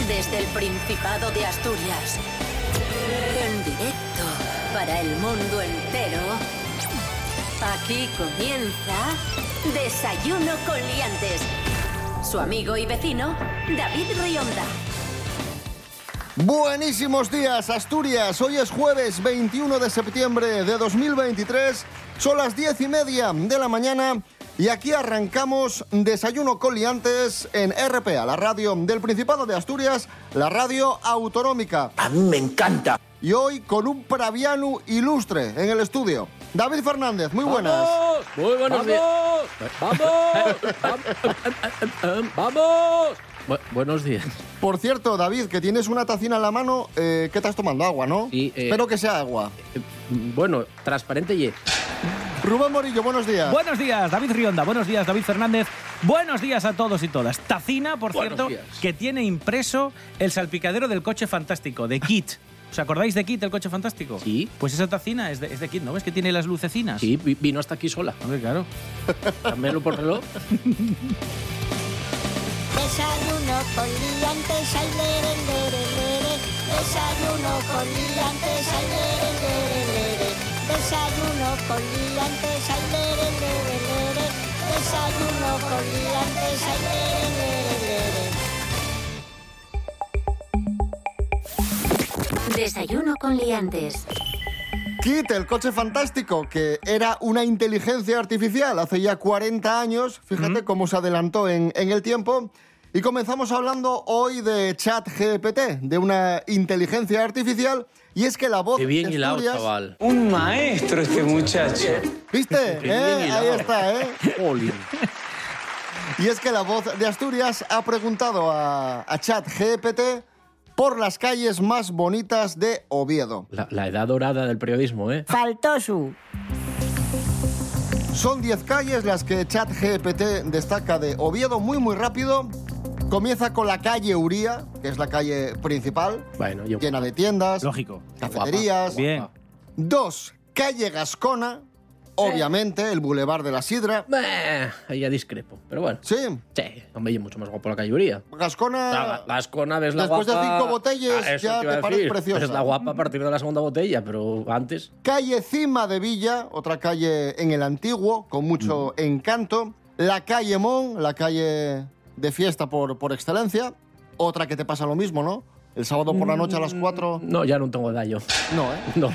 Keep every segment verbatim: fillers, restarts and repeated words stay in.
Desde el Principado de Asturias, en directo para el mundo entero, aquí comienza Desayuno con Liantes. Su amigo y vecino, David Rionda. Buenísimos días, Asturias. Hoy es jueves veintiuno de septiembre de dos mil veintitrés. Son las diez y media de la mañana y aquí arrancamos Desayuno con Liantes en R P A, la radio del Principado de Asturias, la radio autonómica. A mí me encanta. Y hoy con un praviano ilustre en el estudio. David Fernández, muy buenas. ¡Vamos! Muy buenos días. ¡Vamos! ¡Vamos! ¡Vamos! Bu- buenos días. Por cierto, David, que tienes una tacina en la mano, eh, ¿qué estás tomando? Agua, ¿no? Sí, eh, Espero que sea agua. Eh, Bueno, transparente y... Rubén Morillo, buenos días. Buenos días, David Rionda. Buenos días, David Fernández. Buenos días a todos y todas. Tacina, por Buenos cierto, días. que tiene impreso el salpicadero del coche fantástico, de Kit. ¿Os acordáis de Kit, el coche fantástico? Sí. Pues esa tacina es de, es de Kit, ¿no ves que tiene las lucecinas? Sí, vi- vino hasta aquí sola. Hombre, claro. Cámbialo por reloj. Desayuno con liantes, ay, lere, lere, lere. Desayuno con liantes, ay, lere, lere, lere. Desayuno con liantes, ay, lere, lere, lere. Desayuno con liantes, ay, lere, lere, lere. Desayuno con Liantes. Kit, el coche fantástico, que era una inteligencia artificial hace ya cuarenta años. Fíjate mm. cómo se adelantó en, en el tiempo. Y comenzamos hablando hoy de ChatGPT, de una inteligencia artificial. Y es que la voz Qué bien de hilado, Asturias... chaval. Un maestro este muchacho. ¿Viste? Qué bien ¿Eh? hilado. Ahí está, ¿eh? Jolín. Y es que la voz de Asturias ha preguntado a, a ChatGPT por las calles más bonitas de Oviedo. La, la edad dorada del periodismo, ¿eh? Faltó su. Son diez calles las que ChatGPT destaca de Oviedo muy, muy rápido. Comienza con la calle Uría, que es la calle principal, Bueno, yo... llena de tiendas, Lógico. cafeterías. Bien. Dos, calle Gascona, obviamente, el Boulevard de la Sidra. Eh, ahí ya discrepo, pero bueno. Sí, Sí, hombre, y mucho más guapo la calluría. Gascona... Gascona, ves la Después de guapa... cinco botellas, Ah, eso ya te iba te a parece decir. preciosa. Es la guapa a partir de la segunda botella, pero antes... Calle Cima de Villa, otra calle en el Antiguo, con mucho encanto. La calle Mon, la calle de fiesta por, por excelencia. Otra que te pasa lo mismo, ¿no? El sábado por la noche a las cuatro... No, ya no tengo edad yo. No, ¿eh? No.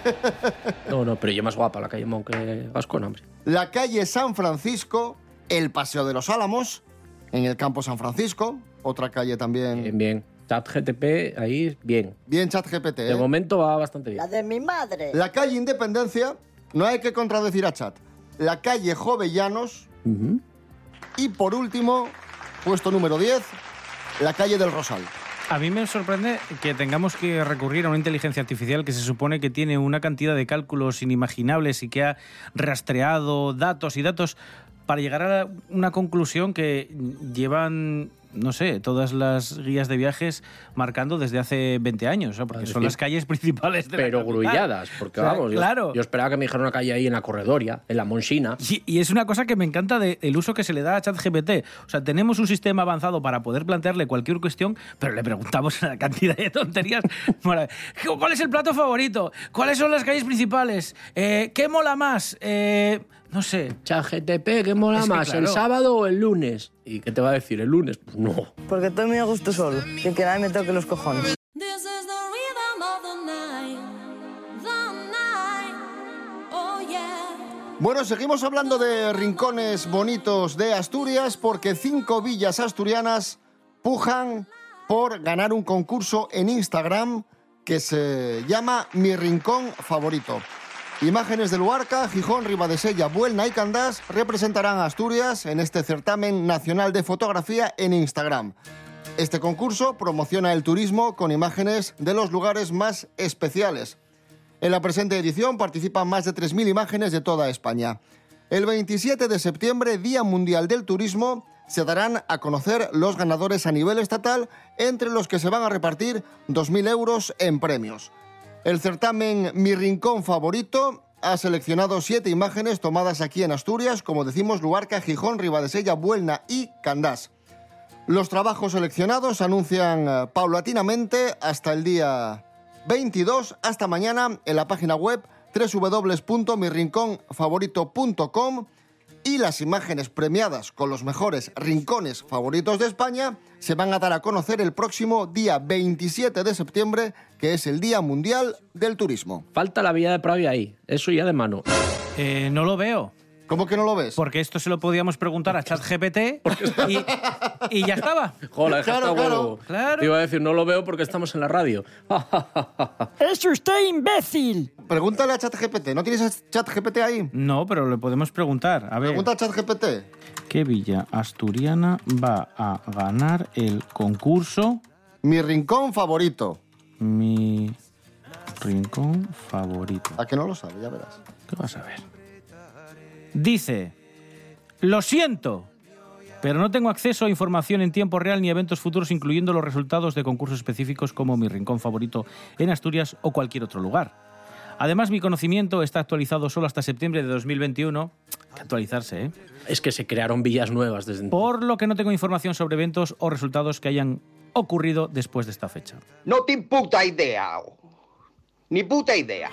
No, no, pero yo más guapa la calle Mon que Gascona, hombre. La calle San Francisco, el Paseo de los Álamos, en el Campo San Francisco. Otra calle también... Bien, bien. ChatGPT, ahí, bien. Bien ChatGPT, De ¿eh? momento va bastante bien. La de mi madre. La calle Independencia, no hay que contradecir a Chat. La calle Jovellanos. Ujú. Y por último, puesto número diez, la calle del Rosal. A mí me sorprende que tengamos que recurrir a una inteligencia artificial que se supone que tiene una cantidad de cálculos inimaginables y que ha rastreado datos y datos para llegar a una conclusión que llevan, no sé, todas las guías de viajes marcando desde hace veinte años, ¿no? Porque Es son decir, las calles principales de Pero la capital. grulladas, porque O sea, vamos, yo- claro. yo, esperaba que me dijera una calle ahí en la Corredoria, en la Monchina. Sí, y es una cosa que me encanta del uso que se le da a ChatGPT. O sea, tenemos un sistema avanzado para poder plantearle cualquier cuestión, pero le preguntamos la cantidad de tonterías. Bueno, ¿cuál es el plato favorito? ¿Cuáles son las calles principales? Eh, ¿Qué mola más? Eh, no sé. ChatGPT, ¿qué mola Es que más, el claro. sábado o el lunes? ¿Y qué te va a decir, el lunes? Pues no. Porque estoy muy a gusto solo, sin que nadie me toque los cojones. This is the rhythm of the night, the night, oh yeah. Bueno, seguimos hablando de rincones bonitos de Asturias porque cinco villas asturianas pujan por ganar un concurso en Instagram que se llama Mi Rincón Favorito. Imágenes de Luarca, Gijón, Ribadesella, Buelna y Candás representarán a Asturias en este certamen nacional de fotografía en Instagram. Este concurso promociona el turismo con imágenes de los lugares más especiales. En la presente edición participan más de tres mil imágenes de toda España. El veintisiete de septiembre, Día Mundial del Turismo, se darán a conocer los ganadores a nivel estatal, entre los que se van a repartir dos mil euros en premios. El certamen Mi Rincón Favorito ha seleccionado siete imágenes tomadas aquí en Asturias, como decimos, Luarca, Gijón, Ribadesella, Buelna y Candás. Los trabajos seleccionados se anuncian eh, paulatinamente hasta el día veintidós, hasta mañana, en la página web doble u doble u doble u punto mi rincón favorito punto com, y las imágenes premiadas con los mejores rincones favoritos de España se van a dar a conocer el próximo día veintisiete de septiembre, que es el Día Mundial del Turismo. Falta la villa de Pravia ahí, eso ya de mano. Eh, no lo veo. ¿Cómo que no lo ves? Porque esto se lo podíamos preguntar a ChatGPT y, y ya estaba. Joder, Claro, claro, claro. huevo. Claro. Te iba a decir, no lo veo porque estamos en la radio. ¡Es usted imbécil! Pregúntale a ChatGPT. ¿No tienes a ChatGPT ahí? No, pero le podemos preguntar. A ver, Pregunta a ChatGPT. ¿qué villa asturiana va a ganar el concurso Mi rincón favorito. Mi rincón favorito? ¿A que no lo sabe? Ya verás. ¿Qué vas a ver? Dice, lo siento, pero no tengo acceso a información en tiempo real ni a eventos futuros, incluyendo los resultados de concursos específicos como Mi rincón favorito en Asturias o cualquier otro lugar. Además, mi conocimiento está actualizado solo hasta septiembre de dos mil veintiuno. Hay que actualizarse, ¿eh? Es que se crearon villas nuevas desde entonces. Por lo que no tengo información sobre eventos o resultados que hayan ocurrido después de esta fecha. No te puta idea. Ni puta idea.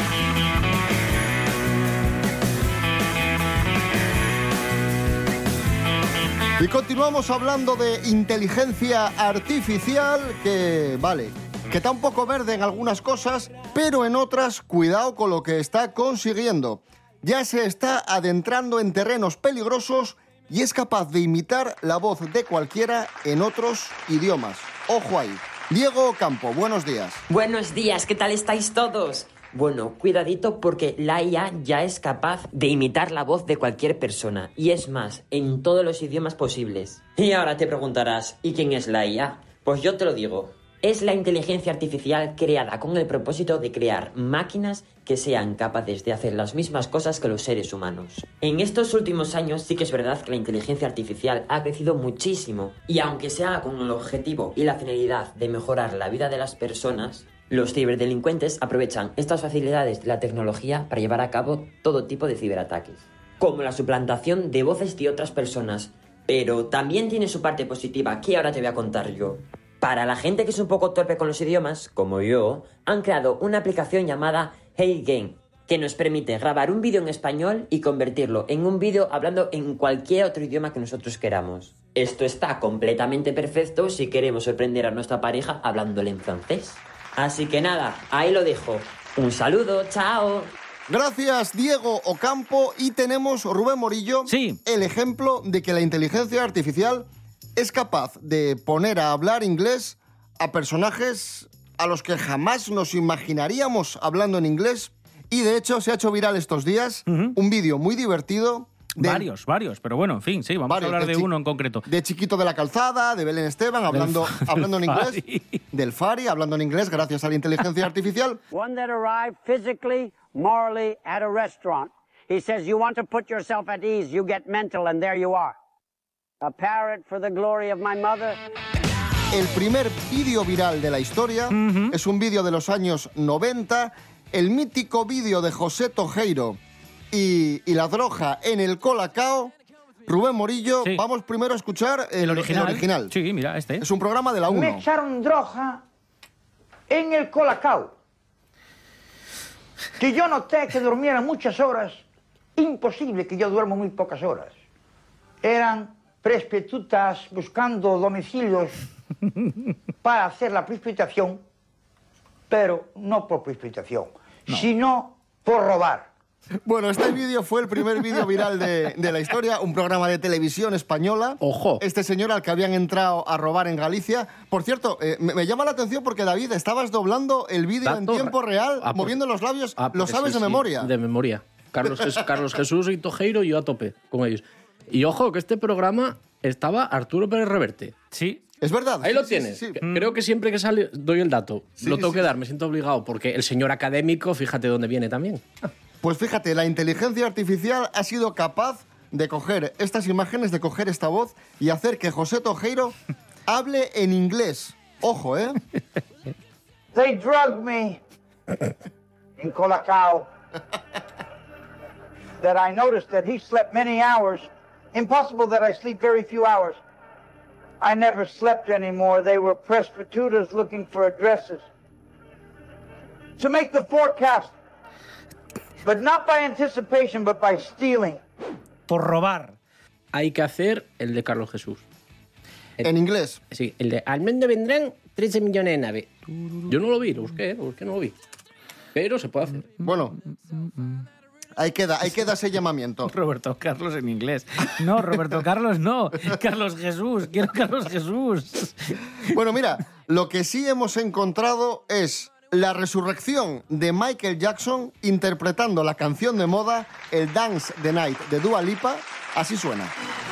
Y continuamos hablando de inteligencia artificial que, vale, que está un poco verde en algunas cosas, pero en otras, cuidado con lo que está consiguiendo. Ya se está adentrando en terrenos peligrosos y es capaz de imitar la voz de cualquiera en otros idiomas. Ojo ahí. Diego Campo, buenos días. Buenos días, ¿qué tal estáis todos? Bueno, cuidadito porque la I A ya es capaz de imitar la voz de cualquier persona. Y es más, en todos los idiomas posibles. Y ahora te preguntarás, ¿y quién es la I A? Pues yo te lo digo. Es la inteligencia artificial creada con el propósito de crear máquinas que sean capaces de hacer las mismas cosas que los seres humanos. En estos últimos años sí que es verdad que la inteligencia artificial ha crecido muchísimo. Y aunque sea con el objetivo y la finalidad de mejorar la vida de las personas, los ciberdelincuentes aprovechan estas facilidades de la tecnología para llevar a cabo todo tipo de ciberataques, como la suplantación de voces de otras personas. Pero también tiene su parte positiva, que ahora te voy a contar yo. Para la gente que es un poco torpe con los idiomas, como yo, han creado una aplicación llamada Hey Game, que nos permite grabar un vídeo en español y convertirlo en un vídeo hablando en cualquier otro idioma que nosotros queramos. Esto está completamente perfecto si queremos sorprender a nuestra pareja hablándole en francés. Así que nada, ahí lo dejo. Un saludo, chao. Gracias, Diego Ocampo. Y tenemos, Rubén Morillo, sí, el ejemplo de que la inteligencia artificial es capaz de poner a hablar inglés a personajes a los que jamás nos imaginaríamos hablando en inglés. Y de hecho se ha hecho viral estos días uh-huh. un vídeo muy divertido. De... Varios, varios, pero bueno, en fin, sí, vamos varios, a hablar de, de uno en concreto. De Chiquito de la Calzada, de Belén Esteban, hablando, hablando en inglés. Del Fari, hablando en inglés gracias a la inteligencia artificial. One that arrived physically, morally at a restaurant. He says, you want to put yourself at ease, you get mental, and there you are. A parrot for the glory of my mother. El primer vídeo viral de la historia uh-huh. es un vídeo de los años noventa, el mítico vídeo de José Tojeiro y, y la droga en el Colacao. Rubén Morillo, sí. vamos primero a escuchar el, el, original. el original. Sí, mira, este. Es un programa de la uno. Me echaron droga en el Colacao. Que yo noté que durmiera muchas horas. Imposible que yo duermo muy pocas horas. Eran prostitutas buscando domicilios para hacer la precipitación, pero no por precipitación, no. sino por robar. Bueno, este vídeo fue el primer vídeo viral de, de la historia, un programa de televisión española. ¡Ojo! Este señor al que habían entrado a robar en Galicia. Por cierto, eh, me, me llama la atención porque, David, estabas doblando el vídeo en tiempo real, ah, moviendo los labios, ah, lo sabes sí, de memoria. Sí, de memoria. Carlos, Carlos Jesús y Tojeiro, yo a tope con ellos. Y ojo, que este programa estaba Arturo Pérez Reverte. Sí. Es verdad. Ahí sí, lo sí, tienes. Sí, sí. Creo que siempre que sale doy el dato. Sí, lo tengo sí, que dar, me siento obligado, porque el señor académico, fíjate dónde viene también. Pues fíjate, la inteligencia artificial ha sido capaz de coger estas imágenes, de coger esta voz y hacer que José Tojeiro hable en inglés. Ojo, ¿eh? They drugged me in Colacao. That I noticed that he slept many hours. Impossible that I sleep very few hours. I never slept anymore. They were prostitutas looking for addresses to make the forecast, but not by anticipation, but by stealing. Por robar. Hay que hacer el de Carlos Jesús. El, en inglés. Sí, el de al mundo vendrán trece millones de naves. Yo no lo vi, lo busqué, lo busqué, no lo vi. Pero se puede hacer. Bueno, ahí queda, ahí queda ese llamamiento. Roberto Carlos en inglés. No, Roberto Carlos no. Carlos Jesús. Quiero Carlos Jesús. Bueno, mira, lo que sí hemos encontrado es la resurrección de Michael Jackson interpretando la canción de moda, el Dance the Night de Dua Lipa. Así suena.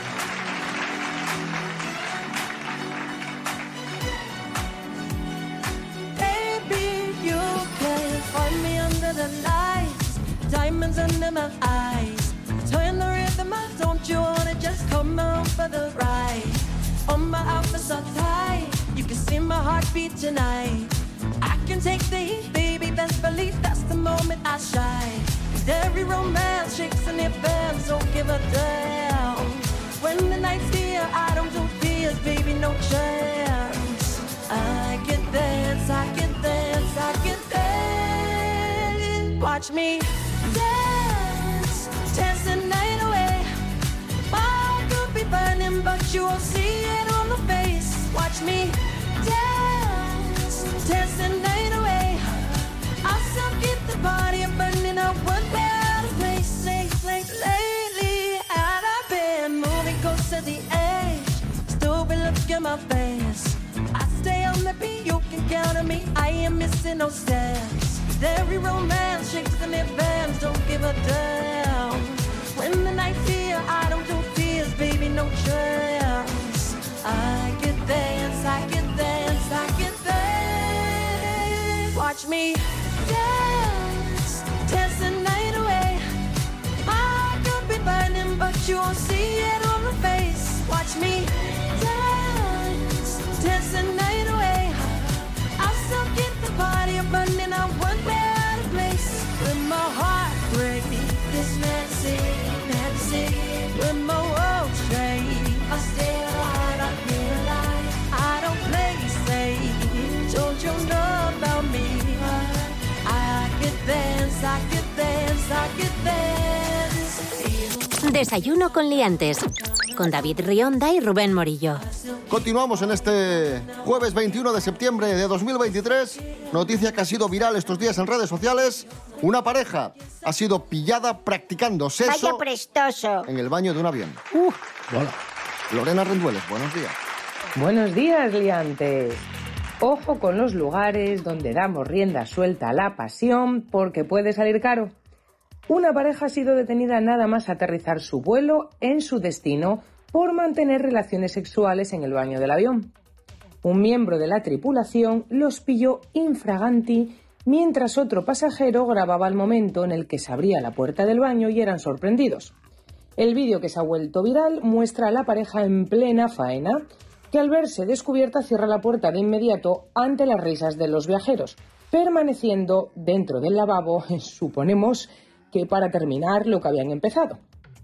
Baby, you can find me under the lights, diamonds under my eyes. Turn the rhythm up, don't you wanna just come on for the ride? On my outfits so tight, you can see my heartbeat tonight. I can take the heat, baby, best believe that's the moment I shine. And every romance shakes and it bends, don't give a damn. When the night's here, I don't do fears, baby, no chance. I can dance, I can dance, I can dance. Watch me dance, dance the night away. My heart could be burning, but you won't see it on the face. Watch me dance, dance the night away. I'll still keep the party burning up one better place. Say, like lately, and I've been moving close to the edge. Still be looking at my face. I stay on the beat, you can count on me. I ain't missing no steps. Every romance shakes and it bends, don't give a damn. When the night's here, I don't do fears, baby, no chance. I can dance, I can dance, I can dance. Watch me dance, dance the night away. My heart could be burning, but you won't see it on the face. Watch me dance, dance the night away. I'll still keep the party burning, I one better place. When my heart breaks, this fantasy, fantasy. When my world's shake, I stay alive, I feel alive. I don't play safe, don't you know about me? I can dance, I can dance, I can dance. Desayuno con liantes, con David Rionda y Rubén Morillo. Continuamos en este jueves veintiuno de septiembre de dos mil veintitrés. Noticia que ha sido viral estos días en redes sociales. Una pareja ha sido pillada practicando sexo Vaya prestoso. en el baño de un avión. Uh, Hola. Lorena Rendueles, buenos días. Buenos días, liantes. Ojo con los lugares donde damos rienda suelta a la pasión porque puede salir caro. Una pareja ha sido detenida nada más aterrizar su vuelo en su destino por mantener relaciones sexuales en el baño del avión. Un miembro de la tripulación los pilló infraganti mientras otro pasajero grababa el momento en el que se abría la puerta del baño y eran sorprendidos. El vídeo que se ha vuelto viral muestra a la pareja en plena faena, que al verse descubierta cierra la puerta de inmediato ante las risas de los viajeros, permaneciendo dentro del lavabo, suponemos que para terminar lo que habían empezado.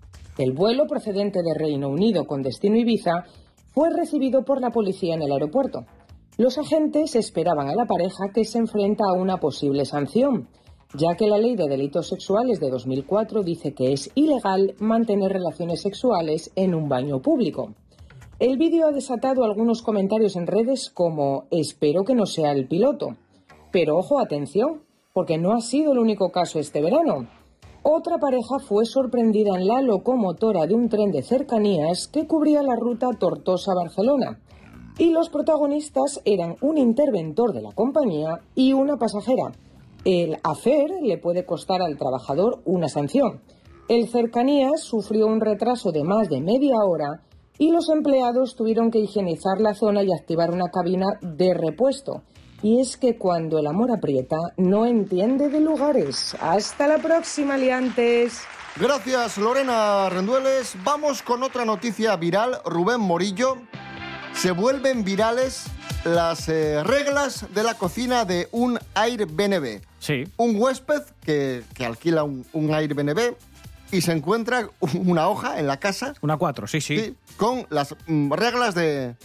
El vuelo procedente de Reino Unido con destino Ibiza fue recibido por la policía en el aeropuerto. Los agentes esperaban a la pareja que se enfrenta a una posible sanción, ya que la Ley de Delitos Sexuales de dos mil cuatro dice que es ilegal mantener relaciones sexuales en un baño público. El vídeo ha desatado algunos comentarios en redes como «espero que no sea el piloto». Pero ojo, atención, porque no ha sido el único caso este verano. Otra pareja fue sorprendida en la locomotora de un tren de cercanías que cubría la ruta Tortosa-Barcelona. Y los protagonistas eran un interventor de la compañía y una pasajera. El affair le puede costar al trabajador una sanción. El cercanías sufrió un retraso de más de media hora y los empleados tuvieron que higienizar la zona y activar una cabina de repuesto. Y es que cuando el amor aprieta, no entiende de lugares. Hasta la próxima, liantes. Gracias, Lorena Rendueles. Vamos con otra noticia viral. Rubén Morillo. Se vuelven virales las eh, reglas de la cocina de un Airbnb. Sí. Un huésped que, que alquila un, un Airbnb y se encuentra una hoja en la casa. Una cuatro, sí, sí. sí con las mm, reglas de,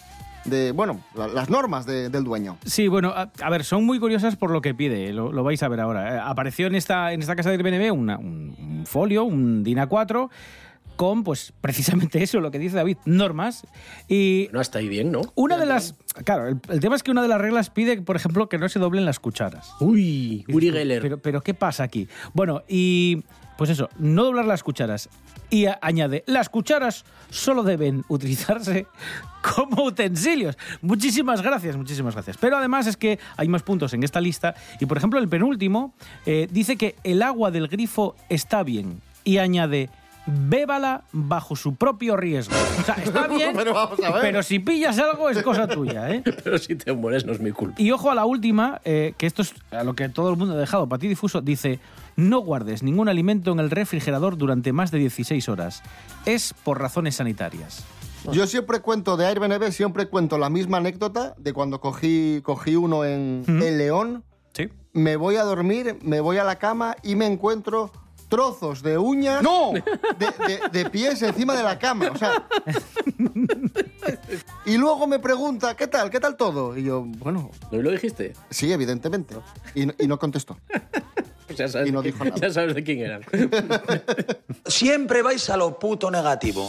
de bueno, la, las normas de, del dueño. Sí, bueno, a, a ver, son muy curiosas por lo que pide, lo, lo vais a ver ahora. Eh, apareció en esta, en esta casa de Airbnb una, un, un folio, un DIN A cuatro, con, pues, precisamente eso, lo que dice David, normas. Y no, está ahí bien, ¿no? Una de las... Claro, el, el tema es que una de las reglas pide, por ejemplo, que no se doblen las cucharas. Uy, Uri Geller. Pero, pero, ¿qué pasa aquí? Bueno, y... Pues eso, no doblar las cucharas. Y a, añade, las cucharas solo deben utilizarse como utensilios. Muchísimas gracias, muchísimas gracias. Pero además es que hay más puntos en esta lista. Y, por ejemplo, el penúltimo eh, dice que el agua del grifo está bien. Y añade... bébala bajo su propio riesgo. O sea, está bien, pero, vamos a ver. pero si pillas algo es cosa tuya, ¿eh? Pero si te mueres no es mi culpa. Y ojo a la última, eh, que esto es a lo que todo el mundo ha dejado para ti difuso, dice, no guardes ningún alimento en el refrigerador durante más de dieciséis horas. Es por razones sanitarias. Yo siempre cuento de Airbnb, siempre cuento la misma anécdota de cuando cogí, cogí uno en ¿Mm? El León. Sí. Me voy a dormir, me voy a la cama y me encuentro... trozos de uñas ¡No! de, de, de pies encima de la cama, o sea... Y luego me pregunta, ¿qué tal? ¿Qué tal todo? Y yo, bueno... ¿No lo dijiste? Sí, evidentemente. Y no, y no contestó. Ya sabes, y no de, dijo nada. Ya sabes de quién eran. Siempre vais a lo puto negativo.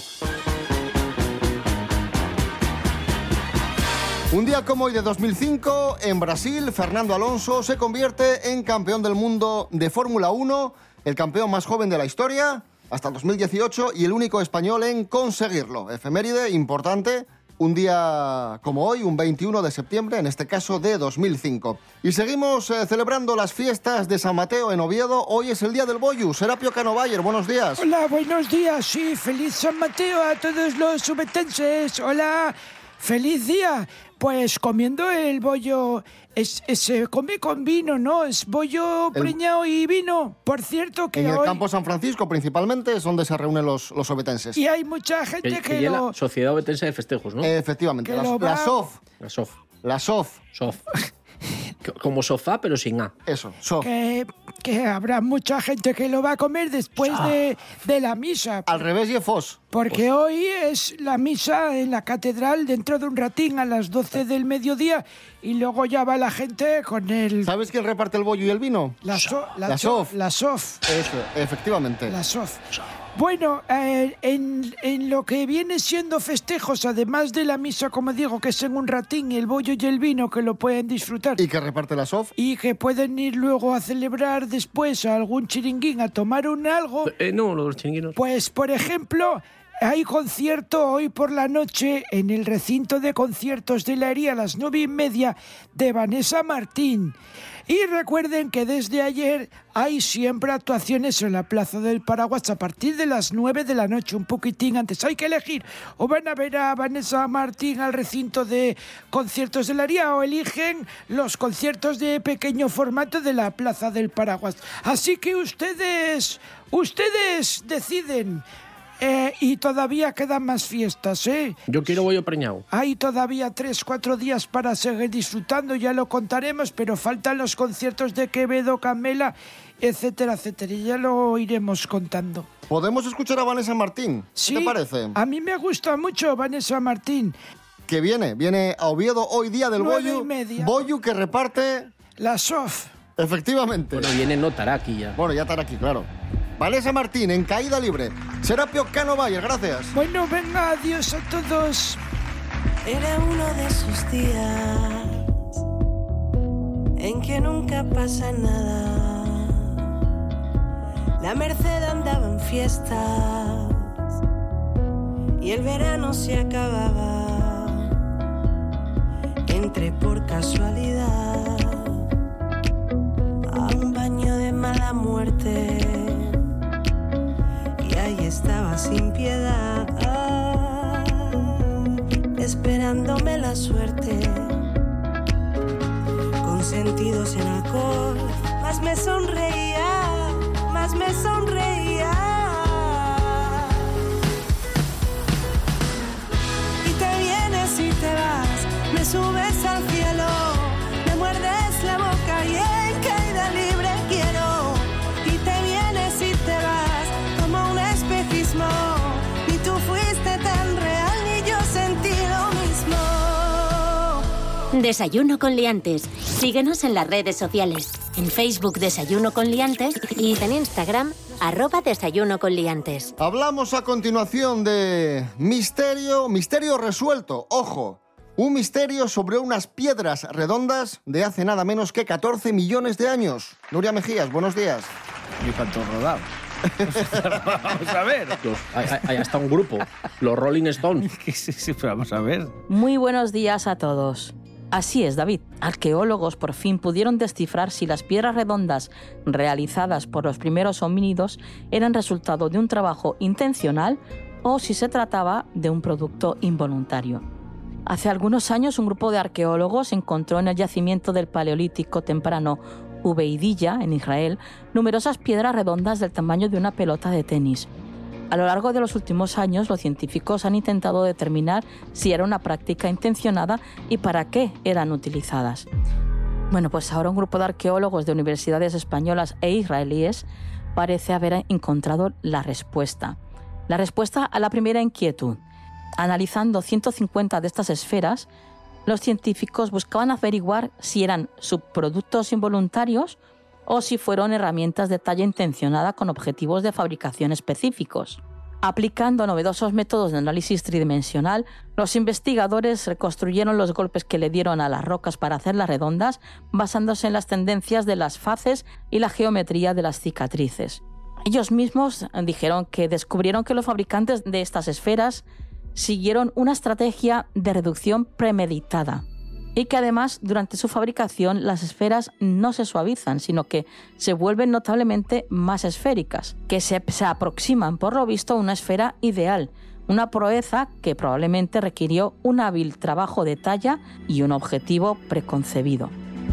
Un día como hoy de dos mil cinco, en Brasil, Fernando Alonso se convierte en campeón del mundo de Fórmula uno, el campeón más joven de la historia, hasta dos mil dieciocho, y el único español en conseguirlo. Efeméride importante, un día como hoy, un veintiuno de septiembre, en este caso de dos mil cinco. Y seguimos eh, celebrando las fiestas de San Mateo en Oviedo. Hoy es el día del Boyu. Serapio Cano Bayer, buenos días. Hola, buenos días. Sí, feliz San Mateo a todos los ubetenses. Hola, feliz día. Pues comiendo el bollo, es, es- se come con vino, ¿no? Es bollo El- preñado y vino. Por cierto que En el hoy... campo San Francisco, principalmente, es donde se reúnen los, los obetenses. Y hay mucha gente Que, que, que lleva lo... Sociedad Obetense de Festejos, ¿no? Efectivamente, Que la, lo la va- SOF. La SOF. La SOF. SOF. Como sofá, pero sin A. Eso, SOF. Que, que habrá mucha gente que lo va a comer después de, de la misa. Al revés y FOS. Porque hoy es la misa en la catedral dentro de un ratín a las doce del mediodía y luego ya va la gente con el... ¿Sabes quién reparte el bollo y el vino? La, so- la, La cho- SOF. La SOF. Eso, efectivamente. La SOF. Bueno, eh, en, en lo que viene siendo festejos, además de la misa, como digo, que es en un ratín, el bollo y el vino, que lo pueden disfrutar. ¿Y que reparte la SOF? Y que pueden ir luego a celebrar después a algún chiringuín a tomar un algo. Eh, no, los chiringuinos. Pues, por ejemplo, hay concierto hoy por la noche en el recinto de conciertos de la Hería a las nueve y media de Vanessa Martín. Y recuerden que desde ayer hay siempre actuaciones en la Plaza del Paraguas a partir de las nueve de la noche, un poquitín antes. Hay que elegir, o van a ver a Vanessa Martín al recinto de conciertos de la Hería o eligen los conciertos de pequeño formato de la Plaza del Paraguas. Así que ustedes, ustedes deciden. Eh, y todavía quedan más fiestas, ¿eh? Yo quiero bollo preñado. Hay todavía tres, cuatro días para seguir disfrutando, ya lo contaremos, pero faltan los conciertos de Quevedo, Camela, etcétera, etcétera, y ya lo iremos contando. ¿Podemos escuchar a Vanessa Martín? ¿Qué Sí, te parece? A mí me gusta mucho Vanessa Martín. Que viene, viene a Oviedo hoy día del Nueve bollo. y media. Bollo que reparte... La SOF. Efectivamente. Bueno, viene no Taraki ya. Bueno, ya estará aquí, claro. Vanessa Martín, en caída libre. Serapio Cano Bayer, gracias. Bueno, venga, adiós a todos. Era uno de esos días en que nunca pasa nada. La Merced andaba en fiestas y el verano se acababa. Entré por casualidad a un baño de mala muerte y ahí estaba sin piedad, esperándome la suerte, con sentidos en alcohol. Más me sonreía, más me sonreía. Y te vienes y te vas, me subes al cielo, me muerdes la boca y en caída libre quiero. Y te vienes y te vas como un espejismo, ni tú fuiste tan real ni yo sentí lo mismo. Desayuno con liantes. Síguenos en las redes sociales. En Facebook Desayuno con liantes y en Instagram arroba Desayuno con liantes. Hablamos a continuación de misterio, misterio resuelto. Ojo, un misterio sobre unas piedras redondas de hace nada menos que catorce millones de años. Nuria Mejías, buenos días. Mi canto rodado. Vamos a ver. Los, ahí, ahí está un grupo, los Rolling Stones. Sí, sí, pero vamos a ver. Muy buenos días a todos. Así es, David. Arqueólogos por fin pudieron descifrar si las piedras redondas realizadas por los primeros homínidos eran resultado de un trabajo intencional o si se trataba de un producto involuntario. Hace algunos años un grupo de arqueólogos encontró en el yacimiento del Paleolítico temprano Ubeidilla, en Israel, numerosas piedras redondas del tamaño de una pelota de tenis. A lo largo de los últimos años, los científicos han intentado determinar si era una práctica intencionada y para qué eran utilizadas. Bueno, pues ahora un grupo de arqueólogos de universidades españolas e israelíes parece haber encontrado la respuesta. La respuesta a la primera inquietud. Analizando ciento cincuenta de estas esferas, los científicos buscaban averiguar si eran subproductos involuntarios o si fueron herramientas de talla intencionada con objetivos de fabricación específicos. Aplicando novedosos métodos de análisis tridimensional, los investigadores reconstruyeron los golpes que le dieron a las rocas para hacerlas redondas, basándose en las tendencias de las faces y la geometría de las cicatrices. Ellos mismos dijeron que descubrieron que los fabricantes de estas esferas siguieron una estrategia de reducción premeditada y que además durante su fabricación las esferas no se suavizan, sino que se vuelven notablemente más esféricas, que se, se aproximan por lo visto a una esfera ideal, una proeza que probablemente requirió un hábil trabajo de talla y un objetivo preconcebido.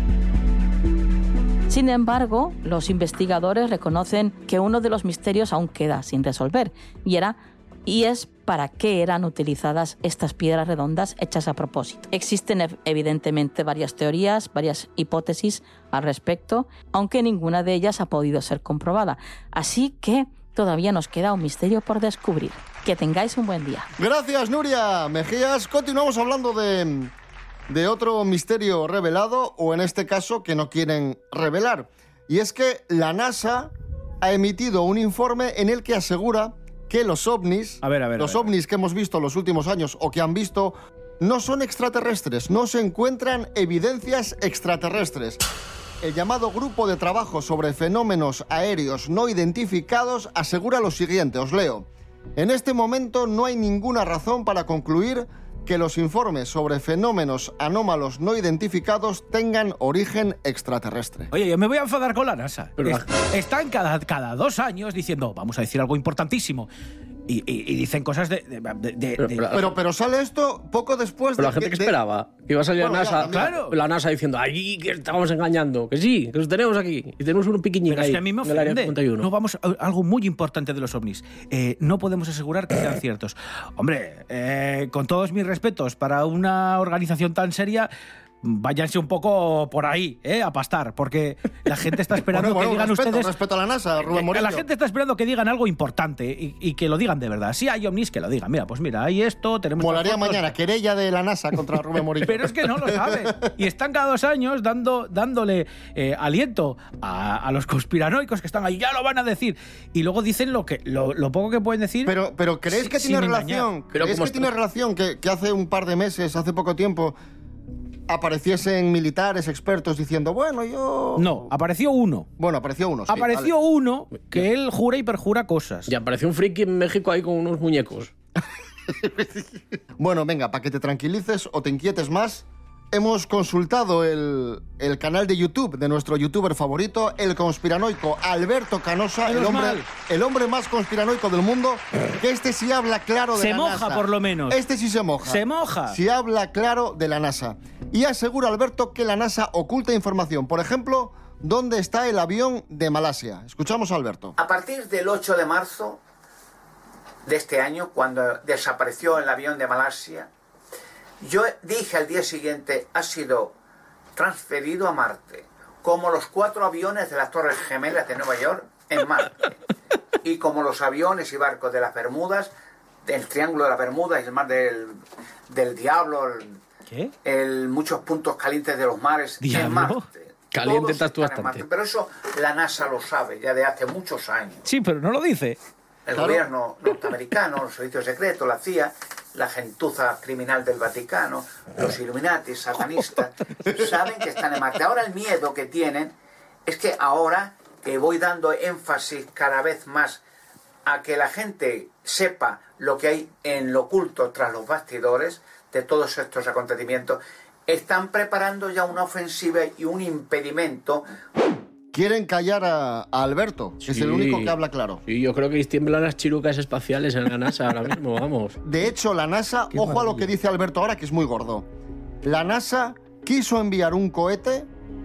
Sin embargo, los investigadores reconocen que uno de los misterios aún queda sin resolver, y era y es para qué eran utilizadas estas piedras redondas hechas a propósito. Existen evidentemente varias teorías, varias hipótesis al respecto, aunque ninguna de ellas ha podido ser comprobada. Así que todavía nos queda un misterio por descubrir. Que tengáis un buen día. Gracias, Nuria Mejías. Continuamos hablando de, de otro misterio revelado, o en este caso que no quieren revelar. Y es que la NASA ha emitido un informe en el que asegura que los ovnis, a ver, a ver, los a ver. ovnis que hemos visto en los últimos años o que han visto, no son extraterrestres, no se encuentran evidencias extraterrestres. El llamado Grupo de Trabajo sobre Fenómenos Aéreos No Identificados asegura lo siguiente, os leo. En este momento no hay ninguna razón para concluir que los informes sobre fenómenos anómalos no identificados tengan origen extraterrestre. Oye, yo me voy a enfadar con la NASA. Pero Es- Están cada, cada dos años diciendo, vamos a decir algo importantísimo. Y, y- y dicen cosas de... de- de- de- Pero- de- pero- Pero, pero sale esto poco después Pero de la gente que de- esperaba que iba a salir Bueno, la ya, NASA, también. Claro. la NASA diciendo, ¡ay, que estábamos engañando! Que sí, que los tenemos aquí. Y tenemos un piquiñín Pero ahí es que a mí me en el área ofende. cincuenta y uno. No vamos a, algo muy importante de los ovnis. Eh, no podemos asegurar que sean ciertos. Hombre, eh, con todos mis respetos para una organización tan seria, váyanse un poco por ahí, ¿eh? A pastar, porque la gente está esperando Bueno, bueno, que digan respeto, ustedes... respeto a la NASA, Rubén Eh, Morillo. La gente está esperando que digan algo importante y, y que lo digan de verdad. Si hay ovnis, que lo digan. Mira, pues mira, hay esto, tenemos... Molaría estas fotos. mañana querella de la NASA contra Rubén Morillo. Pero es que no lo saben. Y están cada dos años dando, dándole eh, aliento a, a los conspiranoicos que están ahí. Ya lo van a decir. Y luego dicen lo, que, lo, lo poco que pueden decir. Pero, pero ¿creéis si- que sin tiene engañar. relación? Pero ¿Creéis como que está- tiene relación que, que hace un par de meses, hace poco tiempo, apareciesen militares expertos diciendo, bueno, yo... No, apareció uno. Bueno, apareció uno, sí, apareció vale. uno que él jura y perjura cosas. Y apareció un friki en México ahí con unos muñecos. Bueno, venga, para que te tranquilices o te inquietes más, hemos consultado el, el canal de YouTube de nuestro youtuber favorito, el conspiranoico Alberto Canosa, el Menos hombre, mal. el hombre más conspiranoico del mundo, que este sí habla claro de Se la moja, NASA. por lo menos. Este sí se moja. Se moja. Sí habla claro de la NASA. Y asegura Alberto que la NASA oculta información. Por ejemplo, ¿dónde está el avión de Malasia? Escuchamos a Alberto. A partir del ocho de marzo de este año, cuando desapareció el avión de Malasia, yo dije al día siguiente, ha sido transferido a Marte, como los cuatro aviones de las Torres Gemelas de Nueva York en Marte, y como los aviones y barcos de las Bermudas, del Triángulo de las Bermudas y el Mar del, del Diablo, ¿Qué? El, muchos puntos calientes de los mares ¿Diablo? en Marte. Caliente Todos estás tú están en bastante. Marte, pero eso la NASA lo sabe ya de hace muchos años. Sí, pero no lo dice. El Claro. gobierno norteamericano, los servicios secretos, la C I A, la gentuza criminal del Vaticano, los Illuminati, satanistas, saben que están en Marte. Ahora el miedo que tienen es que ahora que voy dando énfasis cada vez más a que la gente sepa lo que hay en lo oculto tras los bastidores de todos estos acontecimientos, están preparando ya una ofensiva y un impedimento. Quieren callar a, a Alberto, que es el Sí. único que habla claro. Y yo creo que tiemblan las chirucas espaciales en la NASA ahora mismo, vamos. De hecho, la NASA, Qué ojo a lo maravilla. que dice Alberto ahora, que es muy gordo. La NASA quiso enviar un cohete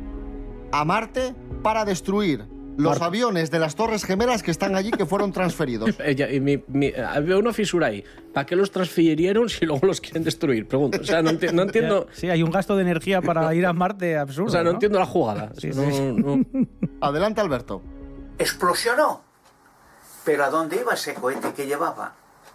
a Marte para destruir los aviones de las Torres Gemelas que están allí, que fueron transferidos. Ella- y mi- mi- veo una fisura ahí. ¿Para qué los transfirieron si luego los quieren destruir? Pregunto. O sea, no, enti- no entiendo. Sí, hay un gasto de energía para ir a Marte absurdo. O sea, no entiendo la jugada. Sí, No- sí. no- Adelante, Alberto. Explosionó. Pero ¿a dónde iba ese cohete que llevaba?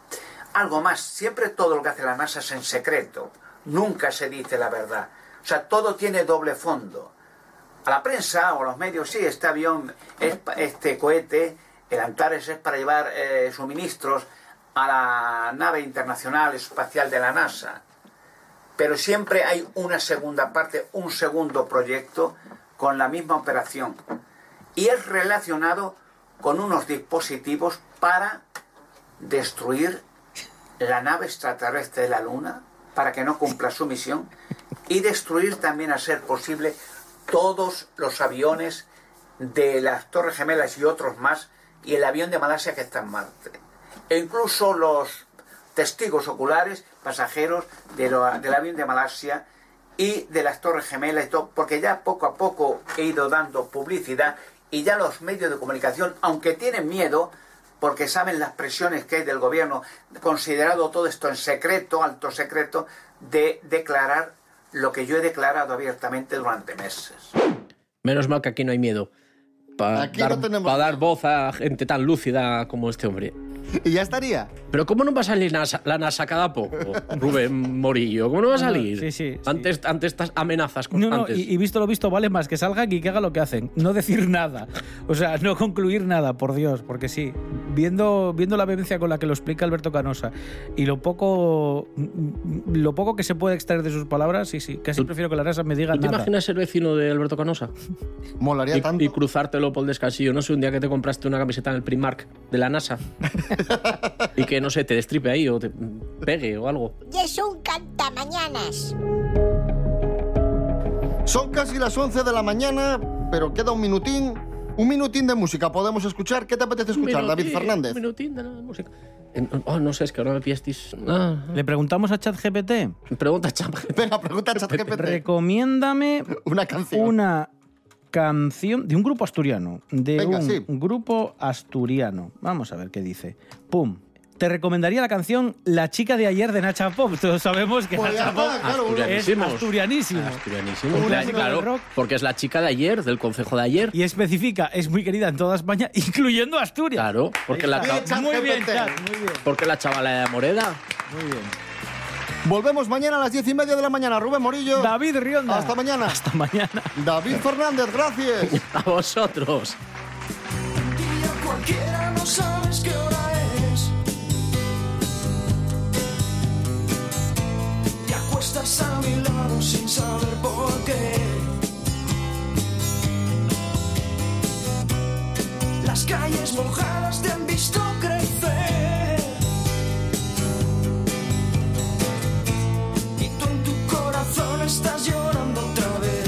Algo más, siempre todo lo que hace la NASA es en secreto. Nunca se dice la verdad. O sea, todo tiene doble fondo. A la prensa o a los medios, sí, este avión, es pa- este cohete, el Antares, es para llevar eh, suministros a la nave internacional espacial de la NASA. Pero siempre hay una segunda parte, un segundo proyecto con la misma operación. Y es relacionado con unos dispositivos para destruir la nave extraterrestre de la Luna, para que no cumpla su misión, y destruir también, a ser posible, todos los aviones de las Torres Gemelas y otros más, y el avión de Malasia que está en Marte. E incluso los testigos oculares, pasajeros de lo- del avión de Malasia y de las Torres Gemelas y todo, porque ya poco a poco he ido dando publicidad y ya los medios de comunicación, aunque tienen miedo, porque saben las presiones que hay del gobierno, considerado todo esto en secreto, alto secreto, de declarar lo que yo he declarado abiertamente durante meses. Menos mal que aquí no hay miedo. Para Aquí dar, no tenemos pa dar voz a gente tan lúcida como este hombre. Y ya estaría. Pero ¿cómo no va a salir NASA- la NASA cada poco, Rubén Morillo? ¿Cómo no va a salir? Sí, sí, sí. Ante, ante estas amenazas No, no, constantes. y, y visto lo visto, vale más que salgan y que hagan lo que hacen. No decir nada. O sea, no concluir nada, por Dios. Porque sí, viendo, viendo la vehemencia con la que lo explica Alberto Canosa y lo poco lo poco que se puede extraer de sus palabras, sí, sí. Casi prefiero que la NASA me diga ¿Tú te nada. imaginas ser vecino de Alberto Canosa? Molaría y, tanto. y cruzártelo por el descansillo. No sé, un día que te compraste una camiseta en el Primark de la NASA y que, no sé, te destripe ahí o te pegue o algo. Y es un cantamañanas. Son casi las once de la mañana, pero queda un minutín. Un minutín de música podemos escuchar. ¿Qué te apetece escuchar, David Minutín, Fernández? Un minutín de la música. Eh, Oh, no sé, es que ahora me pillasteis. Ah, Le preguntamos a ChatGPT. pregunta a ChatGPT. Venga, pregunta a ChatGPT. Recomiéndame Una canción. una canción de un grupo asturiano. De Venga, un sí. grupo asturiano. Vamos a ver qué dice. Pum. Te recomendaría la canción La chica de ayer de Nacha Pop. Todos sabemos que Pues ya Nacha Pop está, claro, uno- es Asturianísimos. asturianísimo. Asturianísimo. Un Claro, clásico claro, del rock. porque es la chica de ayer, del concejo de ayer. Y especifica, es muy querida en toda España, incluyendo Asturias. Claro, porque la, Bien, cha- Muy bien, ChatGPT. Chat, muy bien. porque la chavala de Moreda. Muy bien. Volvemos mañana a las diez y media de la mañana. Rubén Morillo. David Rionda. Hasta mañana. Hasta mañana. David Fernández, gracias. A vosotros. Día cualquiera, no sabes qué hora es. Te acuestas a mi lado sin saber por qué. Las calles mojadas te han visto crecer. Y tú en tu corazón estás llorando otra vez.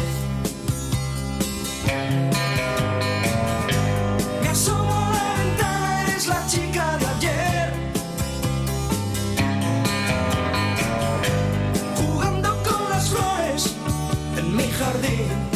Me asomo a la ventana, eres la chica de ayer. Jugando con las flores en mi jardín.